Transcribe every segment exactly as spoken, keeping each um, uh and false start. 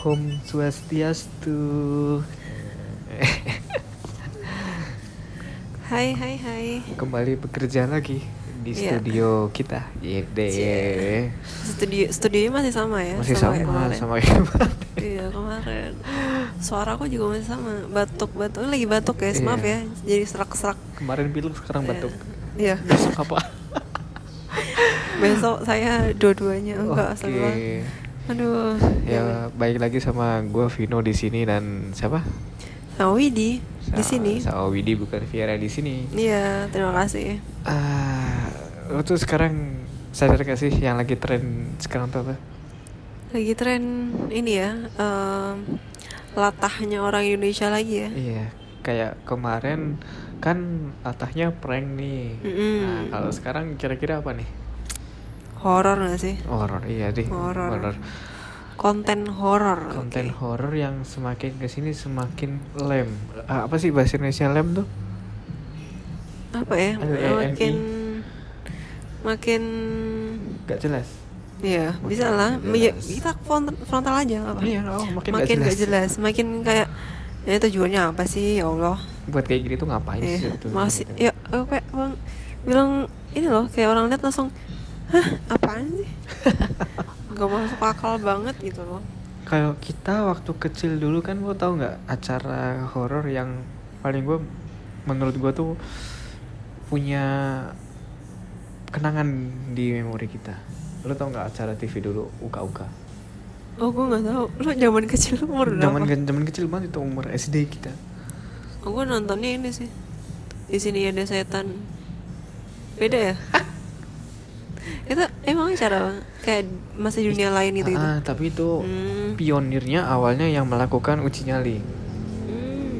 Om Swastiastu. Hai hai hai. Kembali bekerja lagi di Iya. studio kita. Yede. Cie. Studio studionya masih sama ya? Masih kayak sama kemarin. sama kayak kemarin. Iya kemarin. Suara aku juga masih sama. Batuk batuk lagi batuk guys. Iya. Maaf ya. Jadi serak-serak. Kemarin pilek, sekarang batuk. Iya. Besok apa? Besok saya dua-duanya enggak Oke. astagfirullah. Aduh. Ya, baik lagi sama gue Vino di sini dan siapa? Nah, Widi di Sa- sini. Sama Widi bukan Viera di sini. Iya, terima kasih. Ah, lo tuh sekarang sadar gak sih yang lagi tren sekarang tuh apa? Lagi tren ini ya. em, latahnya orang Indonesia lagi ya. Iya, kayak kemarin kan latahnya prank nih. Mm-mm. Nah, kalau sekarang kira-kira apa nih? Horor nggak sih? Horor, iya deh. Horor. Konten horor. Konten oke. horor yang semakin kesini semakin lem. Ah, apa sih bahasa Indonesia lem tuh? Apa ya? L E M I. Makin makin Gak jelas. Iya, Makin bisa lah. nggak Ya, jelas. kita front- frontal aja nggak apa. Iya, oh, makin, makin gak nggak jelas. jelas. Makin kayak ya tujuannya apa sih ya Allah? Buat kayak gini tuh ngapain Eh, sih? Tuh, masih gitu. ya eh, kayak bang bilang ini loh kayak orang lihat langsung hah apaan sih? Gak masuk akal banget gitu loh. Kalau kita waktu kecil dulu kan, lo tau nggak acara horor yang paling gue, menurut gue tuh punya kenangan di memori kita. Lo tau nggak acara T V dulu Uka Uka? Oh gue nggak tahu. Lo zaman kecil umur Zaman berapa? zaman kecil banget itu, umur S D kita. Oh, gue nontonnya ini sih. Di sini ada setan. Beda ya? Itu emang acara kayak masih dunia lain gitu gitu. Ah, tapi itu Hmm. pionirnya awalnya yang melakukan uji nyali. Hmm.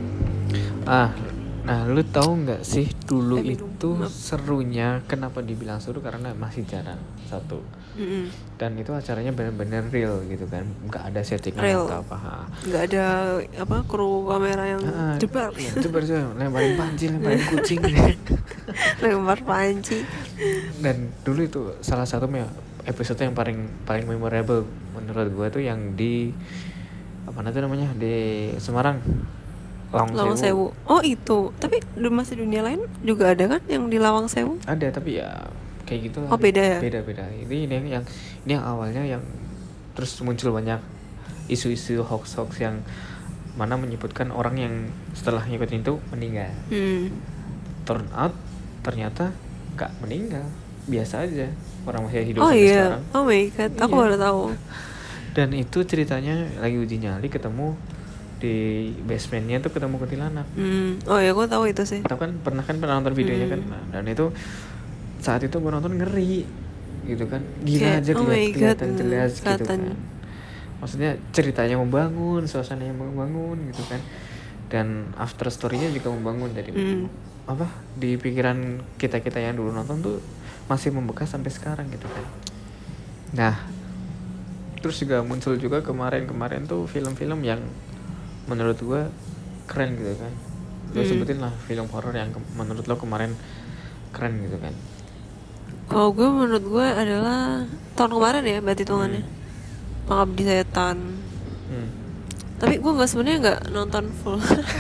Ah, nah lu tahu nggak sih dulu Eh, minum. itu Maaf. serunya kenapa dibilang seru karena masih jarang satu. Mm-mm. Dan itu acaranya benar-benar real gitu kan, nggak ada settingan Real. atau apa. Ha. Nggak ada apa kru kamera yang Ah, jebar, iya, jebar jebar, lemparin panci, lemparin kucing. lempar panci. Dan dulu itu salah satu me- episode yang paling paling memorable menurut gue tuh yang di apa nanti namanya di Semarang, Lawang Lawang Sewu. Sewu. Oh itu. Tapi du- masih dunia lain juga ada kan yang di Lawang Sewu? Ada tapi ya kayak gitu lah. Oh, beda ya? Beda beda. Ini ini yang yang ini yang awalnya yang terus muncul banyak isu-isu hoax-hoax yang mana menyebutkan orang yang setelah ngikutin itu meninggal. Hmm. Turn out ternyata nggak meninggal, biasa aja, orang masih hidup Oh sampai iya. sekarang. Oh my god. Aku Iya. baru tahu. Dan itu ceritanya lagi uji nyali, ketemu di basementnya tuh ketemu kuntilanak. Hmm. Oh ya, gue tahu itu sih. Tahu kan, pernah kan pernah nonton videonya Hmm. kan. Nah, dan itu saat itu gue nonton ngeri gitu kan, gila Kayak, aja oh keliat- my God, kelihatan jelas gitu kelihatan. kan. Maksudnya ceritanya membangun, suasananya membangun gitu kan, dan after story-nya juga membangun. Jadi Hmm. apa di pikiran kita kita yang dulu nonton tuh masih membekas sampai sekarang gitu kan. Nah, terus juga muncul juga kemarin-kemarin tuh film-film yang menurut gue keren gitu kan. Lo Hmm. sebutin lah film horor yang ke- menurut lo kemarin keren gitu kan. Kalau gue menurut gue adalah tahun kemarin ya berarti hitungannya. Hmm. Pengabdi Setan. Hmm. Tapi gue nggak sebenarnya nggak nonton full.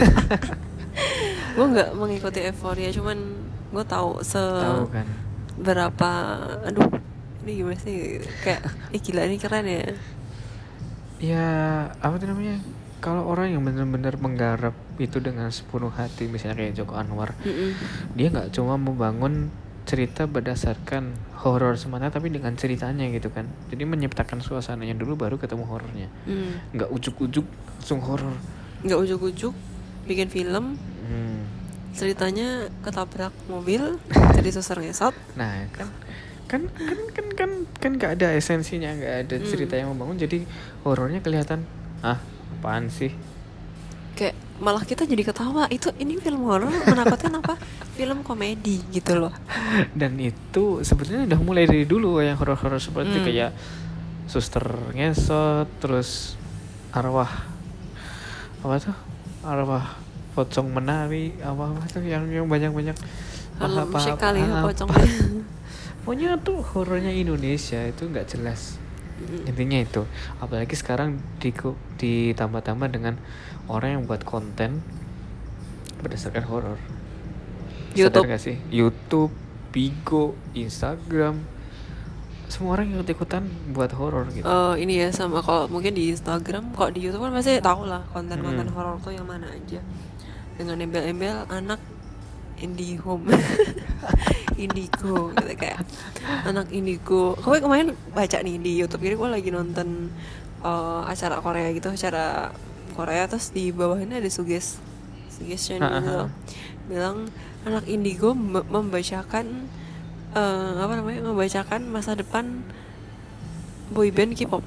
Gue nggak mengikuti euforia, cuman gue tahu se Tahu kan. berapa. Aduh, ini gimana sih? Kayak, eh gila ini keren ya. Ya apa tuh namanya? Kalau orang yang benar-benar menggarap itu dengan sepenuh hati, misalnya kayak Joko Anwar, Mm-mm. dia nggak cuma membangun cerita berdasarkan horor semata, tapi dengan ceritanya gitu kan. Jadi menciptakan suasananya dulu baru ketemu horornya. Hmm. Nggak ujuk-ujuk langsung horor. Nggak ujuk-ujuk bikin film, Hmm. ceritanya ketabrak mobil, jadi suster ngesot. Nah kan kan kan kan kan kan nggak ada esensinya, nggak ada Hmm. cerita yang membangun, jadi horornya kelihatan ah apaan sih. Kayak malah kita jadi ketawa. Itu ini film horor menakutkan apa? Film komedi gitu loh. Dan itu sebenarnya udah mulai dari dulu yang horor-horor seperti Hmm. kayak suster ngesot, terus arwah apa tuh, arwah pocong menari, apa apa tuh yang yang banyak-banyak Kalau musik kali ya apa- pocongnya. pokoknya tuh horornya Indonesia itu nggak jelas. Mm. Intinya itu. Apalagi sekarang di ditambah-tambah dengan orang yang buat konten berdasarkan horor. Sadar YouTube. gak sih? YouTube, Bigo, Instagram, semua orang yang ikut-ikutan buat horor gitu. Eh, ini ya sama kalau mungkin di Instagram, kalau di YouTube kan pasti tahu lah konten-konten Hmm. horor tuh yang mana aja. Dengan embel-embel anak IndiHome, Indigo gitu kayak anak Indigo. Gue kemarin baca nih di YouTube ini, gue lagi nonton eh, acara Korea gitu, acara Korea, terus di bawahnya ada suggest suggestion Ha, ha, gitu, ha. bilang anak Indigo mem- membacakan eh, apa namanya membacakan masa depan boyband K-pop.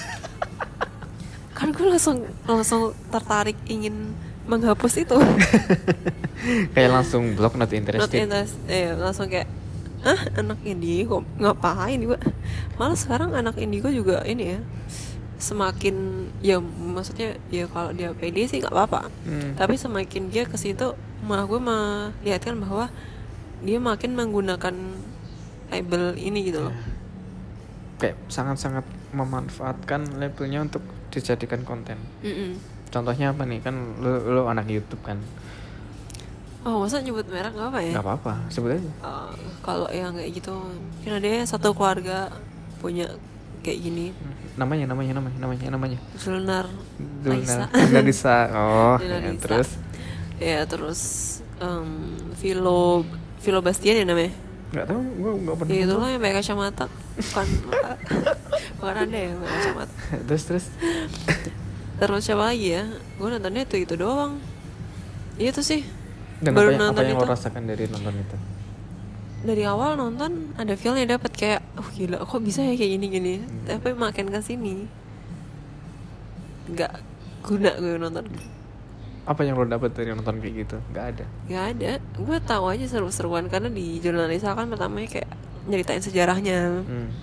Kan gue langsung langsung tertarik ingin menghapus itu. Kayak langsung block not Not interested. interest, eh, langsung kayak ah anak Indigo ngapain juga. Malah sekarang anak Indigo juga ini ya semakin ya maksudnya ya kalau dia pede sih nggak apa-apa. Hmm. Tapi semakin dia ke situ malah gue melihatkan bahwa dia makin menggunakan label ini gitu loh. Kayak sangat-sangat memanfaatkan labelnya untuk dijadikan konten. Mm-mm. Contohnya apa nih, kan lu, lu anak YouTube kan. Oh masa nyebut merek nggak apa ya? Nggak apa-apa, sebut aja. Uh, kalau yang kayak gitu kan ada ya satu keluarga punya kayak gini. Namanya, namanya, namanya, namanya, namanya. Zulnar Laisa. Nggak bisa. Oh, Zulnar ya, Laisa. terus. Ya terus um, Vilo Vilo Bastian ya namanya. Nggak tahu, gua nggak pernah. Ya nonton. itulah yang pakai kacamata. Bukan bukan anda ya pakai kacamata. terus, terus. Terus siapa lagi ya? Gue nontonnya itu itu doang. Iya tuh sih. Dan Baru apa yang, apa nonton yang itu. lo rasakan dari nonton itu? Dari awal nonton ada feel-nya dapet kayak oh gila kok bisa ya kayak gini-gini. Hmm. Tapi makin kesini nggak guna gue nonton. Apa yang lo dapet dari nonton kayak gitu? Nggak ada. Gak ada. Gue tahu aja seru-seruan karena di Jurnalisa kan pertamanya kayak nyeritain sejarahnya. Hmm.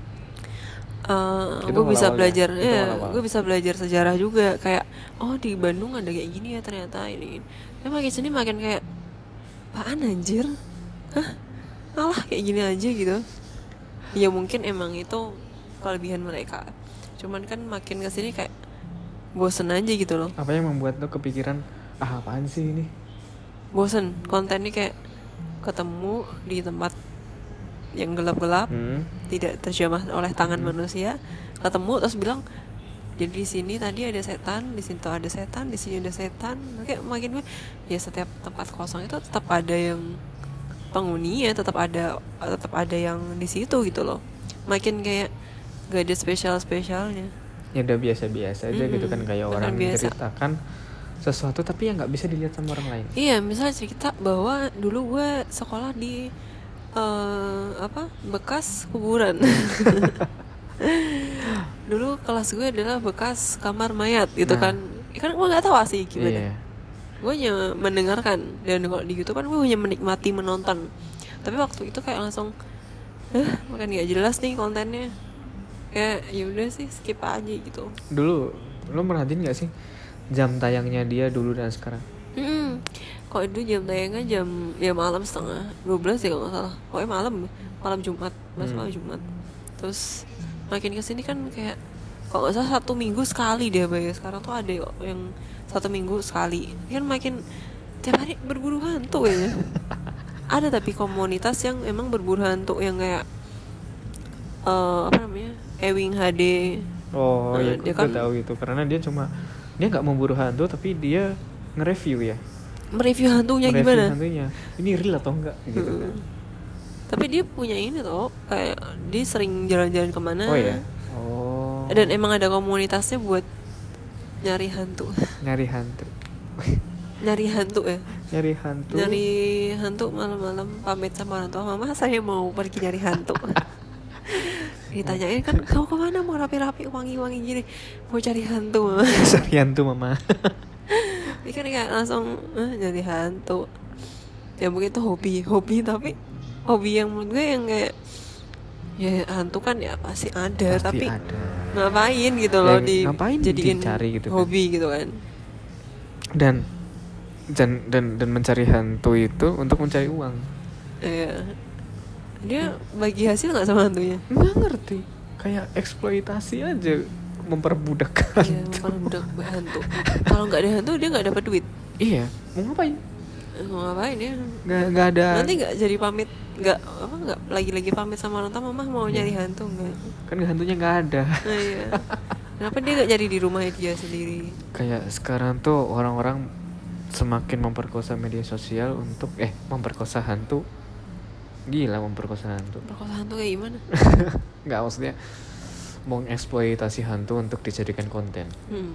Uh, Itu gue bisa awal-awal belajar ya? Itu ya, awal-awal. gue bisa belajar sejarah juga kayak oh di Bandung ada kayak gini ya ternyata ini. Tapi makin sini makin kayak apaan anjir, hah, alah kayak gini aja gitu. Ya mungkin emang itu kelebihan mereka. Cuman kan makin kesini kayak bosen aja gitu loh. Apa yang membuat lo kepikiran ah apaan sih ini? Bosen kontennya kayak ketemu di tempat yang gelap-gelap, Hmm. tidak terjamah oleh tangan Hmm. manusia, ketemu terus bilang jadi di sini tadi ada setan, di situ ada setan, di sini ada setan. Kayak makin gue ya setiap tempat kosong itu tetap ada yang penghuni ya, tetap ada tetap ada yang di situ gitu loh. Makin kayak gak ada spesial-spesialnya. Ya udah biasa-biasa aja Mm-mm. gitu kan, kayak Makan orang biasa. menceritakan sesuatu tapi yang nggak bisa dilihat sama orang lain. Iya, misalnya cerita bahwa dulu gue sekolah di eh, apa bekas kuburan. Dulu kelas gue adalah bekas kamar mayat gitu Nah. kan. Kan gue nggak tahu sih gimana. Iya. Gue hanya mendengarkan dan kalau di YouTube kan gue hanya menikmati menonton. Tapi waktu itu kayak langsung, eh makan nggak jelas nih kontennya. Kayak ya udah sih skip aja gitu. Dulu lo merhatiin nggak sih jam tayangnya dia dulu dan sekarang? Hmm, kalau itu jam tayangnya jam ya malam setengah dua belas ya kalau nggak salah. Pokoknya malam, malam Jumat, mas Hmm. malam Jumat. Terus makin kesini kan kayak kalau nggak salah satu minggu sekali dia bayar. Sekarang tuh ada yang satu minggu sekali. Kan makin tiap hari berburu hantu ya. Ada tapi komunitas yang emang berburu hantu yang kayak eh, apa namanya Ewing H D. Oh Nah, ya, dia gue kan- tahu gitu karena dia cuma dia nggak memburu hantu tapi dia nge-review ya. Mereview hantunya Nge-review gimana? hantunya. Ini real atau enggak gitu Hmm. kan. Tapi dia punya ini tuh kayak dia sering jalan-jalan kemana. Oh ya. Oh. Dan emang ada komunitasnya buat nyari hantu. nyari hantu. Nyari hantu ya. nyari hantu. Nyari hantu malam-malam pamit sama orang tua, mama saya mau pergi nyari hantu. Ditanyain kan kamu kemana, mau rapi-rapi wangi-wangi gini, mau cari hantu mama. Cari hantu mama. Dia kan kayak langsung eh, nyari hantu. Ya mungkin itu hobi, hobi tapi hobi yang menurut gue yang kayak ya hantu kan ya pasti ada, Pasti tapi ada. ngapain gitu loh Ya, di ngapain jadiin dicari gitu kan. hobi gitu kan. Dan dan dan dan mencari hantu itu untuk mencari uang. Iya. Dia bagi hasil nggak sama hantunya? Nggak ngerti. kayak eksploitasi aja, memperbudak Iya, memperbudak hantu. Kalau nggak ada hantu dia nggak dapat duit. Iya, mau ngapain? Mau ngapain ya? Nggak nggak ada. Nanti nggak jadi pamit, nggak apa nggak lagi-lagi pamit sama orang tua, mama mau nyari hantu nggak? Kan hantunya nggak ada. Nah, iya. Kenapa dia nggak cari di rumah dia sendiri? Kayak sekarang tuh orang-orang semakin memperkosa media sosial untuk eh memperkosa hantu. Gila, memperkosa hantu. Perkosa hantu kayak gimana? Nggak, maksudnya mengeksploitasi hantu untuk dijadikan konten. Hmm.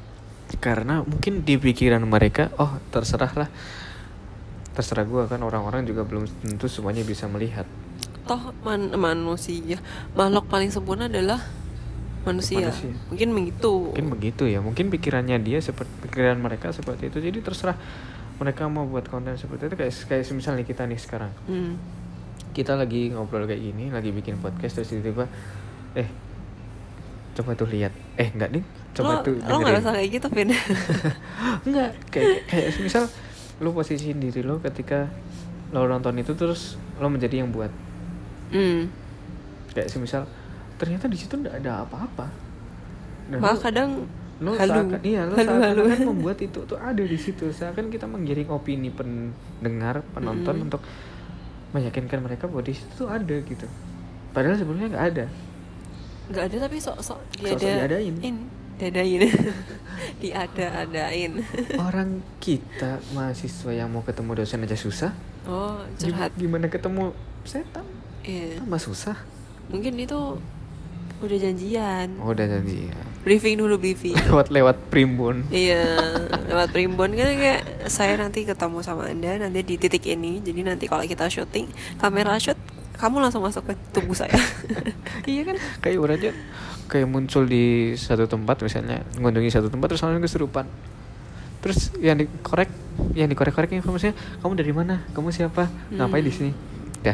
Karena mungkin di pikiran mereka, oh terserah lah, terserah gue, kan orang-orang juga belum tentu semuanya bisa melihat. Toh man- manusia makhluk paling sempurna adalah manusia. Manusia. Mungkin begitu. Mungkin begitu ya, mungkin pikirannya dia seperti pikiran mereka seperti itu. Jadi terserah mereka mau buat konten seperti itu. Kayak kayak misalnya kita nih sekarang, Hmm. kita lagi ngobrol kayak gini, lagi bikin podcast, terus tiba-tiba eh coba tuh lihat, eh enggak nih, coba Lo, tuh lo nggak usah kayak gitu, Vin. enggak, kayak kayak misal lo posisiin diri lo ketika lo nonton itu, terus lo menjadi yang buat. Hmm. Kayak semisal ternyata di situ enggak ada apa-apa. Dan Malah lo- kadang lo halu. seakan, iya lo Halu, halu. seakan-akan membuat itu tuh ada di situ. Seakan kita menggiring opini pendengar, penonton Mm. untuk meyakinkan mereka bahwa di situ tuh ada gitu. Padahal sebelumnya nggak ada. nggak ada tapi sok-sok Sok-sok diadain. diadain. Diadain. Diada-adain. Orang kita mahasiswa yang mau ketemu dosen aja susah. Oh, Gim- curhat. Gimana ketemu setan? Iya. Tambah susah. Mungkin itu udah janjian. Oh, udah janji ya. Briefing dulu, briefing. lewat lewat primbon. Iya, lewat primbon kan kayak saya nanti ketemu sama Anda nanti di titik ini. Jadi nanti kalau kita syuting, kamera shoot, kamu langsung masuk ke tubuh saya. Iya kan, kayak udah aja kayak muncul di satu tempat, misalnya mengunjungi satu tempat terus langsung kesurupan. Terus yang dikorek, yang dikorek-korek informasinya, kamu dari mana? Kamu siapa? Ngapain di sini? Dah.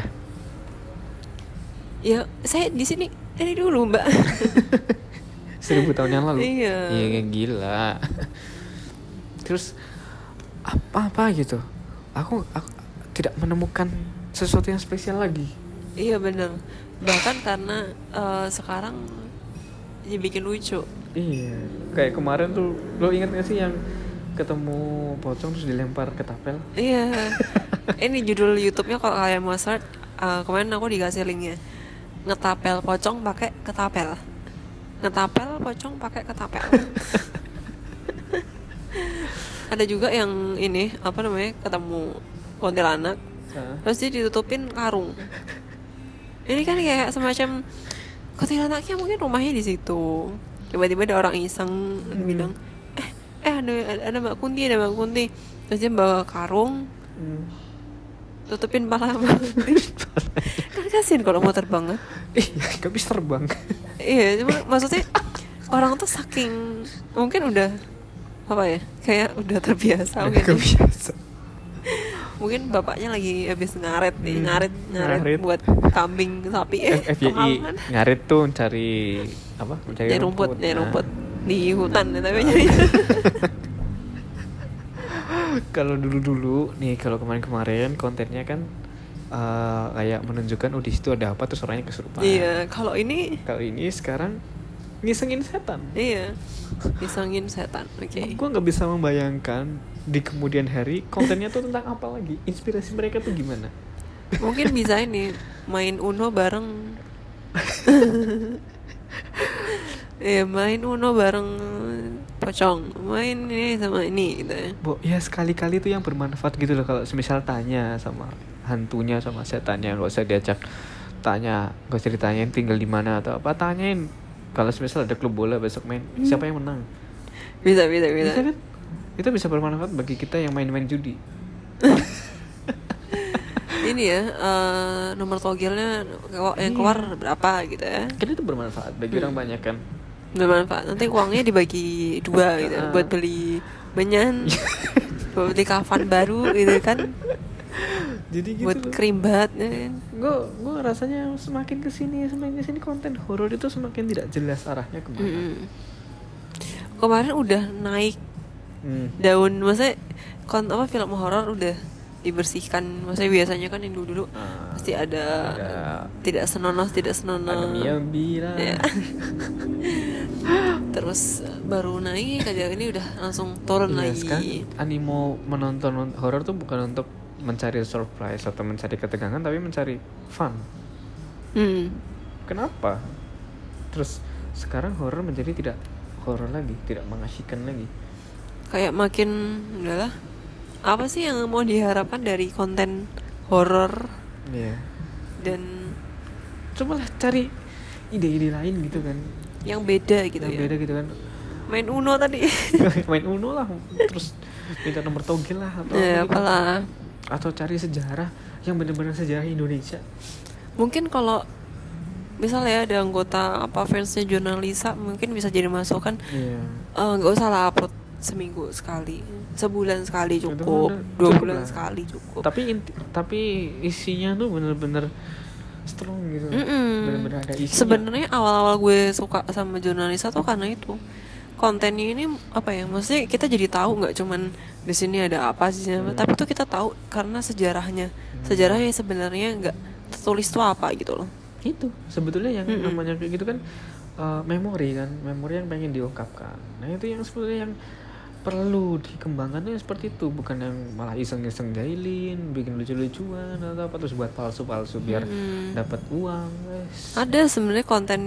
Ya, saya di sini dari dulu, Mbak. Seribu tahun yang lalu. Iya. Iya, gila. Terus apa-apa gitu. Aku, aku tidak menemukan sesuatu yang spesial lagi. Iya benar. Bahkan karena uh, sekarang dibikin lucu. Iya. Kayak kemarin tuh, lo ingat gak sih yang ketemu pocong terus dilempar ke tapel? Iya. Ini judul YouTube-nya kalau kalian mau search, uh, kemarin aku dikasih linknya. Ngetapel pocong pakai ketapel. Ngetapel pocong pakai ketapel. Ada juga yang ini apa namanya, ketemu kuntilanak, Hah? terus dia ditutupin karung. Ini kan kayak semacam kuntilanaknya mungkin rumahnya di situ. Tiba-tiba ada orang iseng Hmm. bilang, eh eh ada, ada ada Mbak Kunti, ada Mbak Kunti. Terus dia bawa karung, Hmm. tutupin pala Mbak Kunti. Kan kasian kalau mau terbang kan. Iya, gak bisa terbang. Iya, cuma maksudnya orang tuh saking mungkin udah apa ya, kayak udah terbiasa Udah mungkin. kebiasa. Mungkin bapaknya lagi habis ngaret nih, Hmm, ngaret, ngaret ngarit. buat kambing sapi eh F Y I kemalangan. ngarit tuh mencari apa? Mencari Nyari rumput, nyari Nah, rumput di hutan ya, tapi nyari. kalau dulu-dulu nih, kalau kemarin-kemarin kontennya kan eh, kayak menunjukkan oh di situ ada apa, terus orangnya kesurupan. Iya, kalau ini Kalau ini sekarang ngisengin setan. iya disangin setan. Oke. Gue nggak bisa membayangkan di kemudian hari kontennya tuh tentang apa lagi, inspirasi mereka tuh gimana. Mungkin bisa ini main Uno bareng. Iya, main Uno bareng pocong. Main ini sama ini gitu ya. Bo, ya sekali-kali tuh yang bermanfaat gitu loh. Kalau semisal tanya sama hantunya sama setannya, nggak usah diajak tanya, nggak usah ditanyain tinggal di mana atau apa, tanyain kalau semisal ada klub bola besok main, siapa yang menang. Bisa, bisa, bisa. Bisa kan? Itu bisa bermanfaat bagi kita yang main-main judi. Ini ya eh, nomor togelnya yang keluar berapa gitu ya. Kan itu bermanfaat bagi orang banyak kan. Bermanfaat. Nanti uangnya dibagi dua gitu Ah. buat beli menyan, buat beli kafan baru gitu kan, Jadi gitu. buat krimbat ya kan. Gue gue rasanya semakin kesini semakin kesini konten horor itu semakin tidak jelas arahnya kemana. Mm-mm. Kemarin udah naik Hmm. daun, maksudnya kon apa film horor udah dibersihkan. Maksudnya biasanya kan yang dulu-dulu Ah, pasti ada, ada tidak senonoh tidak ada senonoh. yang bilang Ya. Terus baru naik aja, ini udah langsung turun iya, lagi. sekarang animo menonton horor tuh bukan untuk mencari surprise atau mencari ketegangan, tapi mencari fun. Hmm. Kenapa? Terus sekarang horor menjadi tidak horor lagi, tidak mengasyikan lagi. Kayak makin udahlah. Apa sih yang mau diharapkan dari konten horor? Iya. Dan Cobalah cari ide-ide lain gitu kan. yang beda gitu Yang ya. beda gitu kan. Main Uno tadi. Main Uno lah, terus minta nomor togel lah atau Ya, apa gitu. apalah. Atau cari sejarah yang benar-benar sejarah Indonesia. Mungkin kalau misalnya ada anggota apa fansnya Jurnalisa, mungkin bisa jadi masukan. Iya. Eh, nggak usah lah upload seminggu sekali, sebulan sekali Itu cukup, udah dua cukup bulan lah. sekali cukup. Tapi inti, tapi isinya tuh bener-bener strong gitu. Mm-mm. Bener-bener ada isinya. Sebenarnya awal-awal gue suka sama Jurnalisa tuh karena itu kontennya ini apa ya, maksudnya kita jadi tahu nggak cuman di sini ada apa sih, Hmm. tapi tuh kita tahu karena sejarahnya, sejarahnya sebenarnya nggak tertulis tuh apa gitu loh. Itu sebetulnya yang Mm-mm. namanya kayak gitu kan uh, memori kan, memori yang pengen diungkapkan. Nah itu yang sebetulnya yang perlu dikembangkan yang seperti itu, bukan yang malah iseng-iseng jahilin, bikin lucu-lucuan atau apa terus buat palsu-palsu biar Mm-mm. dapat uang. Wes. Ada sebenarnya konten,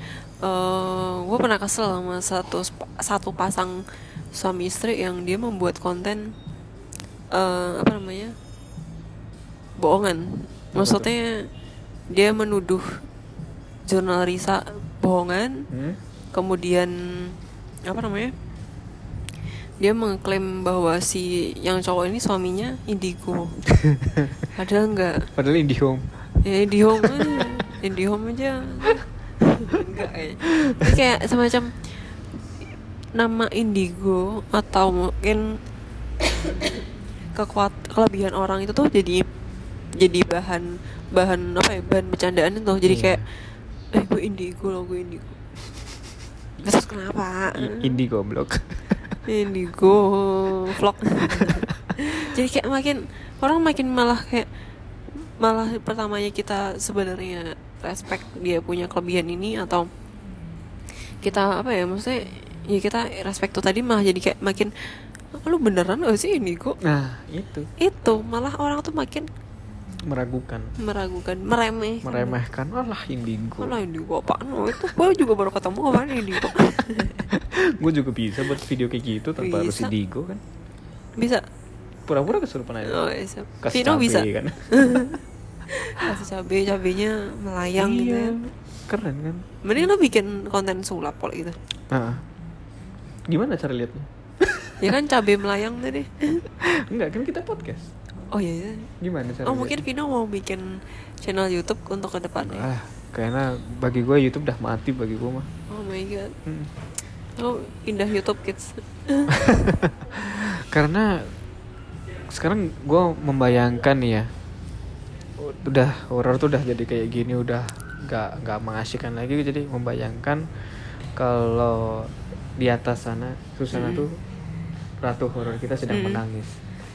uh, gue pernah kesel sama satu satu pasang suami istri yang dia membuat konten uh, apa namanya bohongan. Maksudnya dia menuduh Jurnalisa bohongan, Hmm? kemudian apa namanya dia mengklaim bahwa si yang cowok ini suaminya indigo. Padahal enggak. Padahal IndiHome. Ya IndiHome, eh, IndiHome aja. Enggak kayaknya. Ini kayak semacam nama indigo atau mungkin kekuat kelebihan orang itu tuh jadi jadi bahan bahan apa ya, bahan bercandaan itu. Jadi Iya. kayak eh gue indigo loh, gue indigo. Terus kenapa? I- Indi goblok. Indigo vlog. Jadi kayak makin orang makin malah kayak malah pertamanya kita sebenarnya respect dia punya kelebihan ini, atau kita apa ya, maksudnya ya kita respect tuh tadi malah jadi kayak makin lu beneran gak sih indigo? Nah itu Itu malah orang tuh makin meragukan, meragukan, meremeh, meremehkan. Alah indigo. Malah indigo apaan? Oh, itu gue juga baru ketemu apaan indigo. Gue juga bisa buat video kayak gitu tanpa harus Bisa. indigo kan. Bisa. Pura-pura kesurupan aja. Oh, bisa. Kasih Vino cabai bisa. kan. Kasih cabai, cabainya melayang gitu Iya, ya. keren kan. Mending lo bikin konten sulap kalau gitu. Nah, gimana cara lihatnya? Ya kan cabai melayang tadi. Enggak kan kita podcast. Oh iya, iya. Gimana cara Oh lihatnya? mungkin Vino mau bikin channel YouTube untuk ke depannya. Ah, karena bagi gue YouTube udah mati bagi gue mah. Oh my god. Hmm. Oh indah YouTube Kids. Karena sekarang gue membayangkan nih ya, udah horor tuh udah jadi kayak gini, udah nggak nggak mengasyikan lagi. Jadi membayangkan kalau di atas sana Susana Mm. tuh ratu horor kita sedang Mm. menangis.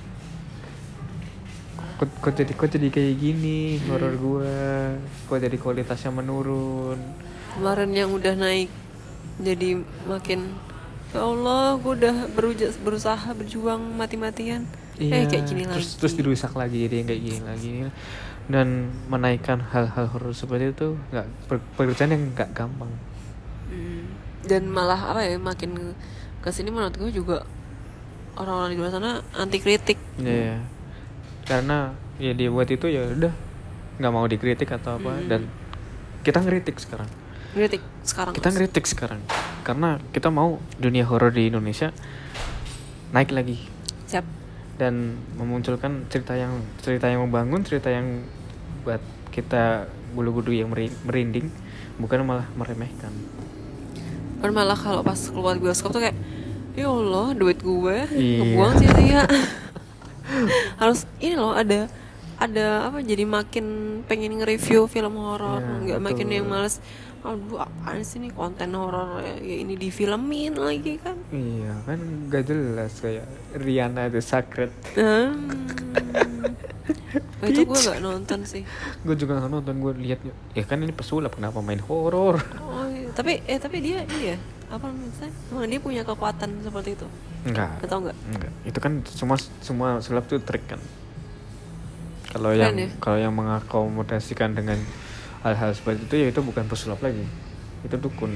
Kok, kok jadi kok jadi kayak gini horor gue, kok jadi kualitasnya menurun. Kemarin yang udah naik jadi makin, ya Allah gue udah beruja, berusaha berjuang mati-matian. Eh kayak gini terus, lagi. terus dirusak lagi jadi yang kayak gini lagi. Dan menaikkan hal-hal horor seperti itu nggak per- pekerjaan yang nggak gampang. Mm. Dan malah apa ya, makin kesini menurut gue juga orang-orang di luar sana anti kritik. Iya. Karena ya dia buat itu ya udah nggak mau dikritik atau apa. Hmm. Dan kita ngeritik sekarang. Kritik sekarang. Kita ngeritik sekarang karena kita mau dunia horor di Indonesia naik lagi Siap. dan memunculkan cerita yang cerita yang membangun, cerita yang buat kita bulu-bulu yang meri- merinding, bukan malah meremehkan. Kan malah kalau pas keluar bioskop tuh kayak, ya Allah duit gue Iya. ngebuang sia-sia. Harus ini loh, ada ada apa, jadi makin pengen nge-review film horor, Iya, nggak makin betul. yang males Aduh apaan sih nih konten horor ya ini difilmin lagi kan. Iya kan gak jelas kayak Rihanna The Secret. Hmm. Oh, itu gue gak nonton sih. Gue juga gak nonton, gue liatnya ya kan ini pesulap kenapa main horor. Oh iya. Tapi eh tapi dia ini ya apa namanya? Emang dia punya kekuatan seperti itu? Enggak. Atau enggak? Enggak. Itu kan semua semua sulap tuh trik kan. Kalau Keren yang ya? kalau yang mengakomodasikan dengan hal-hal seperti itu ya itu bukan pesulap lagi. Itu dukun.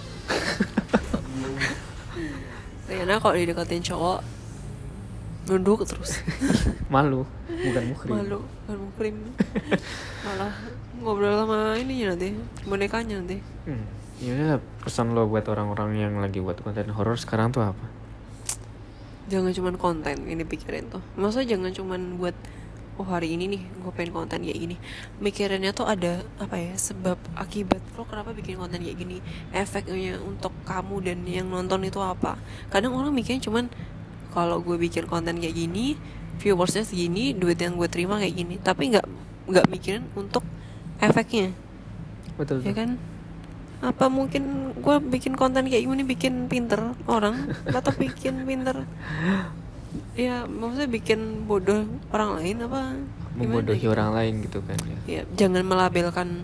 Rihanna kalau dideketin cowok nunduk terus. Malu, bukan muhrim. Malu, bukan muhrim. Malah ngobrol sama ininya nanti, bonekanya nanti. Hmm. Ya udah, pesan lo buat orang-orang yang lagi buat konten horor sekarang tuh apa? Jangan cuman konten ini pikirin tuh. Maksudnya jangan cuman buat oh hari ini nih gue pengen konten kayak gini. Mikirinnya tuh ada apa ya, sebab akibat lo kenapa bikin konten kayak gini, efeknya untuk kamu dan yang nonton itu apa. Kadang orang mikirnya cuman kalau gue bikin konten kayak gini viewersnya segini, duit yang gue terima kayak gini, tapi nggak nggak mikirin untuk efeknya. Betul. Ya kan, apa mungkin gue bikin konten kayak gini bikin pinter orang atau bikin pinter ya, maksudnya bikin bodoh orang lain apa membodohi gitu? Orang lain gitu kan ya. Ya jangan melabelkan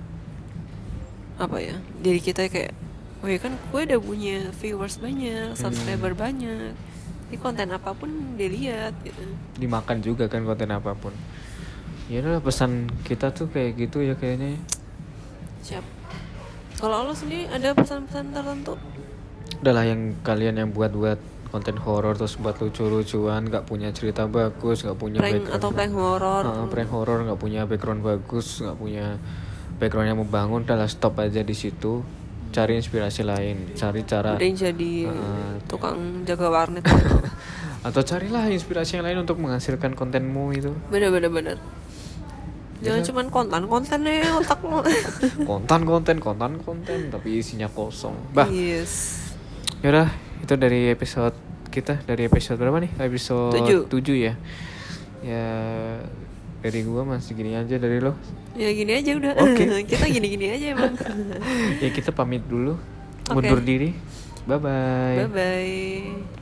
apa ya diri kita kayak oh ya kan gue udah punya viewers banyak, subscriber hmm. banyak, ini konten apapun dilihat gitu. Dimakan juga kan konten apapun. Ya udah, pesan kita tuh kayak gitu ya kayaknya. Siap. Kalau lo sendiri ada pesan-pesan tertentu? Udahlah, yang kalian yang buat-buat konten horor terus buat lucu-lucuan, nggak punya cerita bagus, nggak punya prank background atau prank horor, uh, prank horor, nggak punya background bagus, nggak punya background yang membangun, udahlah stop aja di situ. Cari inspirasi lain, cari cara. Udah jadi uh, tukang jaga warnet. Atau carilah inspirasi yang lain untuk menghasilkan kontenmu itu. Bener-bener bener. Jangan cuman konten-kontennya otakmu. Konten-konten, konten-konten, tapi isinya kosong. Bah. Yes. Yaudah, itu dari episode kita, dari episode berapa nih? Episode tujuh ya. Ya dari gua masih gini aja, dari lo? Ya gini aja udah. Oke. Okay. Kita gini-gini aja emang. Ya kita pamit dulu. Okay. Mundur diri. Bye bye. Bye bye.